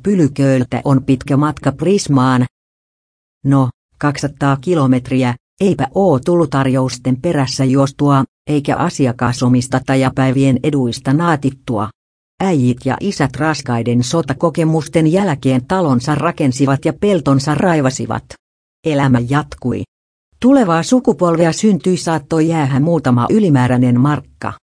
Pylyköltä on pitkä matka Prismaan. No, 200 kilometriä, eipä oo tullut tarjousten perässä juostua, eikä asiakaslomista tajapäivien eduista naatittua. Äijit ja isät raskaiden sotakokemusten jälkeen talonsa rakensivat ja peltonsa raivasivat. Elämä jatkui. Tulevaa sukupolvea syntyi saattoi jäädä muutama ylimääräinen markka.